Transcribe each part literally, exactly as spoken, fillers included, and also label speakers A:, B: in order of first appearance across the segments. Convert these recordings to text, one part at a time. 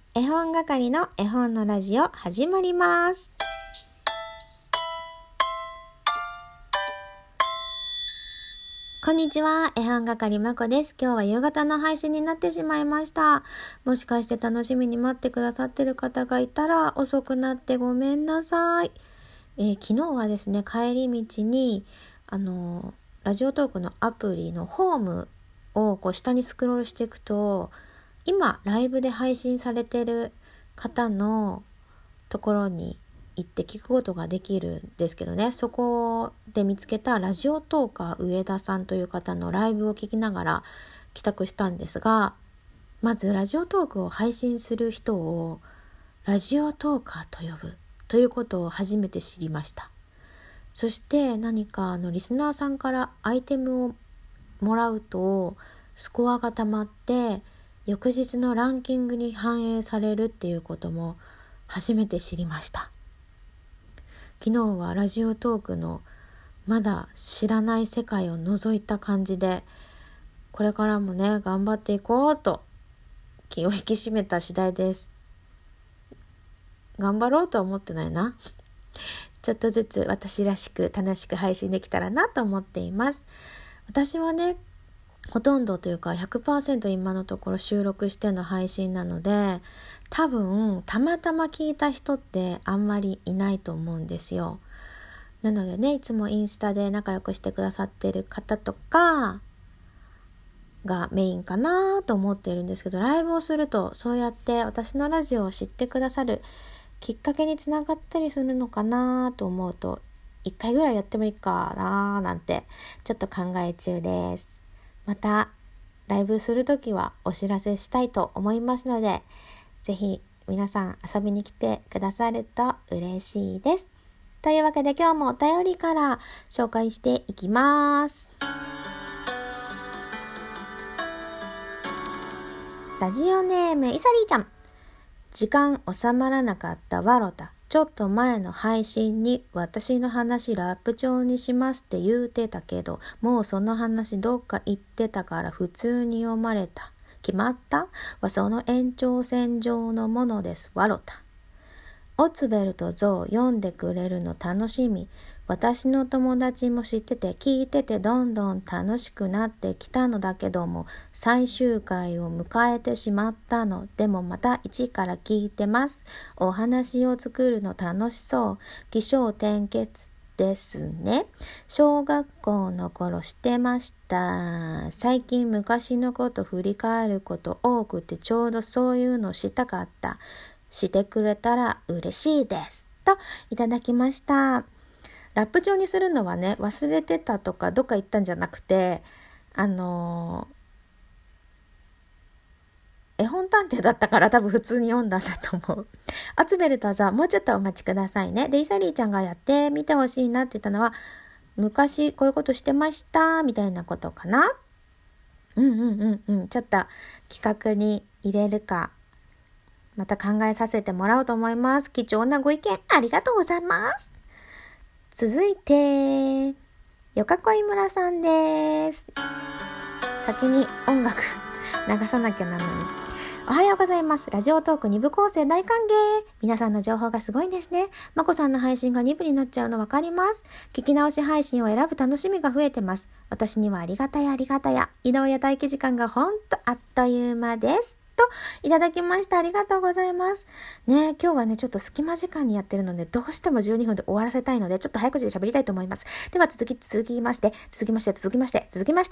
A: 絵本係の絵本のラジオ始まります。こんにちは、絵本係まこです。今日は夕方の配信になってしまいました。もしかして楽しみに待ってくださってる方がいたら遅くなってごめんなさい。えー、昨日はですね、帰り道にあのラジオトークのアプリのホームをこう下にスクロールしていくと、今ライブで配信されてる方のところに行って聞くことができるんですけどね、そこで見つけたラジオトーカー上田さんという方のライブを聞きながら帰宅したんですが、まずラジオトークを配信する人をラジオトーカーと呼ぶということを初めて知りました。そして何かあのリスナーさんからアイテムをもらうとスコアがたまって翌日のランキングに反映されるっていうことも初めて知りました。昨日はラジオトークのまだ知らない世界を覗いた感じで、これからもね頑張っていこうと気を引き締めた次第です。頑張ろうとは思ってないな。ちょっとずつ私らしく楽しく配信できたらなと思っています。私はねほとんどというか ひゃくパーセント 今のところ収録しての配信なので、多分たまたま聞いた人ってあんまりいないと思うんですよ。なのでね、いつもインスタで仲良くしてくださってる方とかがメインかなと思っているんですけど、ライブをするとそうやって私のラジオを知ってくださるきっかけにつながったりするのかなと思うと、一回ぐらいやってもいいかななんてちょっと考え中です。またライブするときはお知らせしたいと思いますので、ぜひ皆さん遊びに来てくださると嬉しいです。というわけで今日もお便りから紹介していきます。ラジオネームイサリーちゃん。時間収まらなかったワロタ。ちょっと前の配信に私の話ラップ調にしますって言うてたけど、もうその話どっか行ってたから普通に読まれた。決まったはその延長線上のものです。ワロタ。オツベルとゾウ読んでくれるの楽しみ。私の友達も知ってて聞いててどんどん楽しくなってきたのだけども、最終回を迎えてしまったの。でもまた一から聞いてます。お話を作るの楽しそう。起承転結ですね。小学校の頃してました。最近昔のこと振り返ること多くて、ちょうどそういうのしたかった。してくれたら嬉しいですといただきました。ラップ調にするのはね、忘れてたとかどっか行ったんじゃなくて、あのー、絵本探偵だったから多分普通に読んだんだと思う。アツベルとザもうちょっとお待ちくださいね。でイサリーちゃんがやってみてほしいなって言ったのは、昔こういうことしてましたみたいなことかな。うんうんうんうんちょっと企画に入れるかまた考えさせてもらおうと思います。貴重なご意見ありがとうございます。続いてよかこい村さんです。先に音楽流さなきゃなのに。おはようございます。ラジオトークに部構成大歓迎。皆さんの情報がすごいんですね。まこさんの配信がに部になっちゃうのわかります。聞き直し配信を選ぶ楽しみが増えてます。私にはありがたやありがたや。移動や待機時間がほんとあっという間です。といただきました。ありがとうございます。ね、今日はね、ちょっと隙間時間にやってるので、どうしてもじゅうにふんで終わらせたいので、ちょっと早口で喋りたいと思います。では続き、続きまして、続きまして、続きまして、続きまして。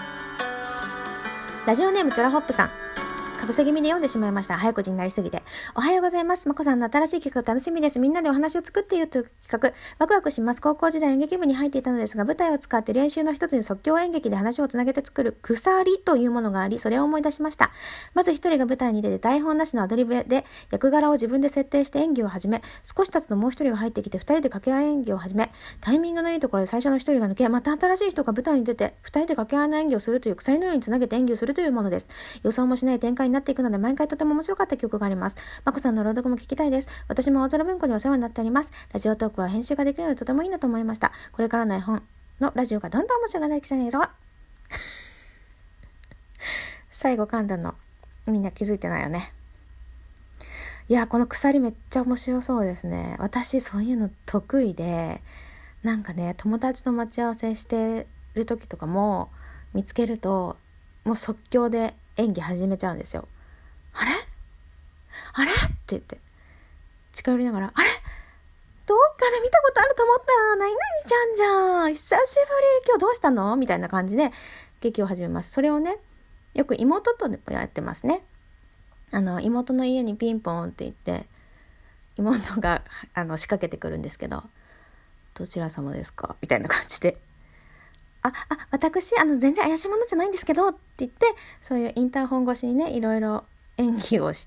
A: ラジオネームチョラホップさん。かぶせ気味で読んでしまいました。早口になりすぎて。おはようございます。まこさんの新しい企画楽しみです。みんなでお話を作っているという企画。ワクワクします。高校時代演劇部に入っていたのですが、舞台を使って練習の一つに即興演劇で話をつなげて作る鎖というものがあり、それを思い出しました。まず一人が舞台に出て台本なしのアドリブで役柄を自分で設定して演技を始め、少し経つともう一人が入ってきて二人で掛け合い演技を始め、タイミングのいいところで最初の一人が抜け、また新しい人が舞台に出て二人で掛け合いの演技をするという鎖のようにつなげて演技をするというものです。予想もしない展開になっていくので毎回とても面白かった曲があります。まこさんの朗読も聞きたいです。私も青空文庫にお世話になっております。ラジオトークは編集ができるのでとてもいいなと思いました。これからの絵本のラジオがどんどん面白くなってきたねと。最後噛んだのみんな気づいてないよね。 いや、この鎖めっちゃ面白そうですね。私そういうの得意で、なんかね、友達と待ち合わせしてる時とかも見つけると、もう即興で演技始めちゃうんですよ。あれあれって言って近寄りながら、あれどっかで見たことあると思ったら何々ちゃんじゃん、久しぶり、今日どうしたのみたいな感じで劇を始めます。それをね、よく妹とでもやってますね。あの妹の家にピンポンって言って妹があの仕掛けてくるんですけど、どちら様ですかみたいな感じで、あ、あ、私あの全然怪しいものじゃないんですけどって言って、そういうインターホン越しにね、いろいろ演技をして、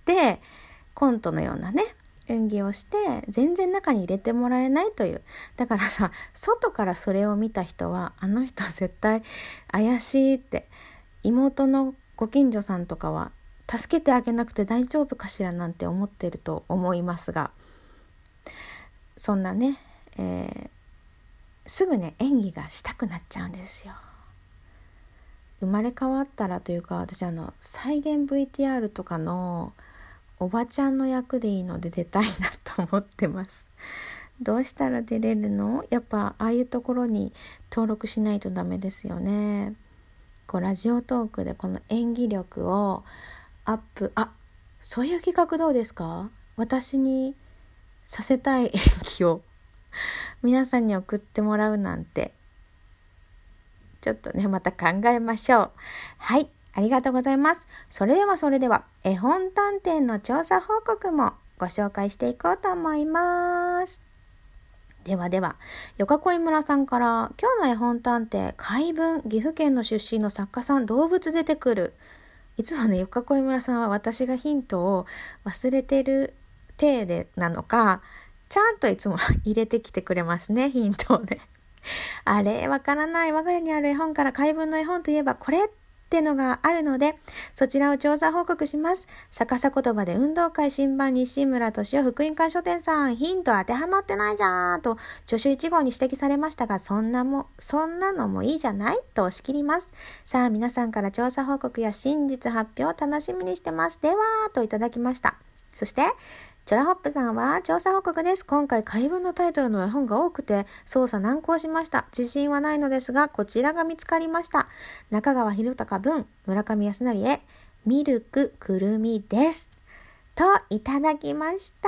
A: コントのようなね演技をして全然中に入れてもらえないという。だからさ、外からそれを見た人は、あの人絶対怪しいって、妹のご近所さんとかは助けてあげなくて大丈夫かしらなんて思ってると思いますが、そんなね、えー、すぐね演技がしたくなっちゃうんですよ。生まれ変わったらというか、私あの再現 ブイティーアール とかのおばちゃんの役でいいので出たいなと思ってます。どうしたら出れるの？やっぱああいうところに登録しないとダメですよね。こうラジオトークでこの演技力をアップ、あ、そういう企画どうですか？私にさせたい演技を皆さんに送ってもらうなんて、ちょっとねまた考えましょう。はい、ありがとうございます。それではそれでは絵本探偵の調査報告もご紹介していこうと思います。ではでは、よかこい村さんから、今日の絵本探偵怪文、岐阜県の出身の作家さん、動物出てくる。いつもね、よかこい村さんは私がヒントを忘れてる体でなのか、ちゃんといつも入れてきてくれますね、ヒントをね。あれわからない。我が家にある絵本から怪文の絵本といえばこれってのがあるので、そちらを調査報告します。逆さ言葉で運動会新版西村敏夫福音館書店さん、ヒント当てはまってないじゃんと助手いち号に指摘されましたが、そんなもそんなのもいいじゃないと押し切ります。さあ皆さんから調査報告や真実発表を楽しみにしてます。ではといただきました。そしてチョラホップさんは調査報告です。今回怪文のタイトルの絵本が多くて操作難航しました。自信はないのですがこちらが見つかりました。中川博隆文、村上康成へ、ミルクくるみですといただきました。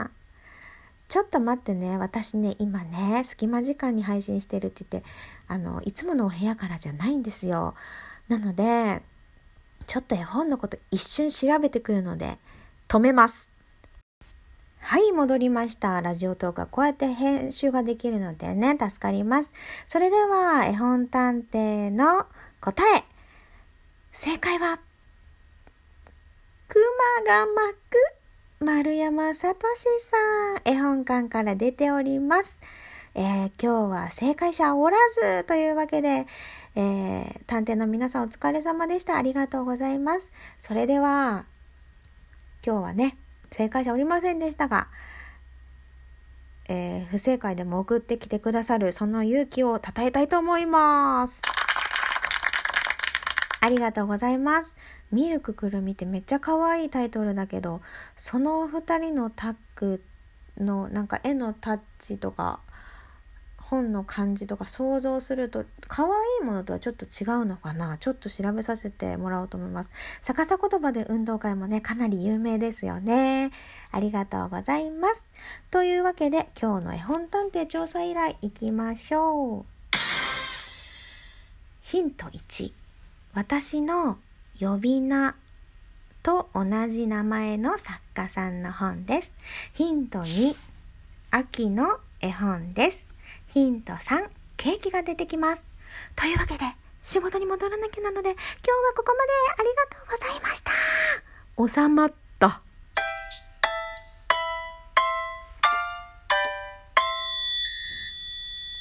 A: ちょっと待ってね、私ね今ね隙間時間に配信してるって言って、あのいつものお部屋からじゃないんですよ。なのでちょっと絵本のこと一瞬調べてくるので止めます。はい、戻りました。ラジオトークはこうやって編集ができるのでね、助かります。それでは絵本探偵の答え、正解はくまがまく丸山さとしさん、絵本館から出ております。えー、今日は正解者おらずというわけで、えー、探偵の皆さんお疲れ様でした。ありがとうございます。それでは今日はね正解者おりませんでしたが、えー、不正解でも送ってきてくださるその勇気を称えたいと思います。ありがとうございます。ミルクくるみってめっちゃ可愛いタイトルだけど、そのお二人のタッグのなんか絵のタッチとか本の感じとか想像すると可愛いものとはちょっと違うのかな。ちょっと調べさせてもらおうと思います。逆さ言葉で運動会もねかなり有名ですよね。ありがとうございます。というわけで今日の絵本探偵調査依頼いきましょう。ヒントいち、私の呼び名と同じ名前の作家さんの本です。ヒントに、秋の絵本です。ヒントさん、ケーキが出てきます。というわけで仕事に戻らなきゃなので、今日はここまで。ありがとうございました。収まった。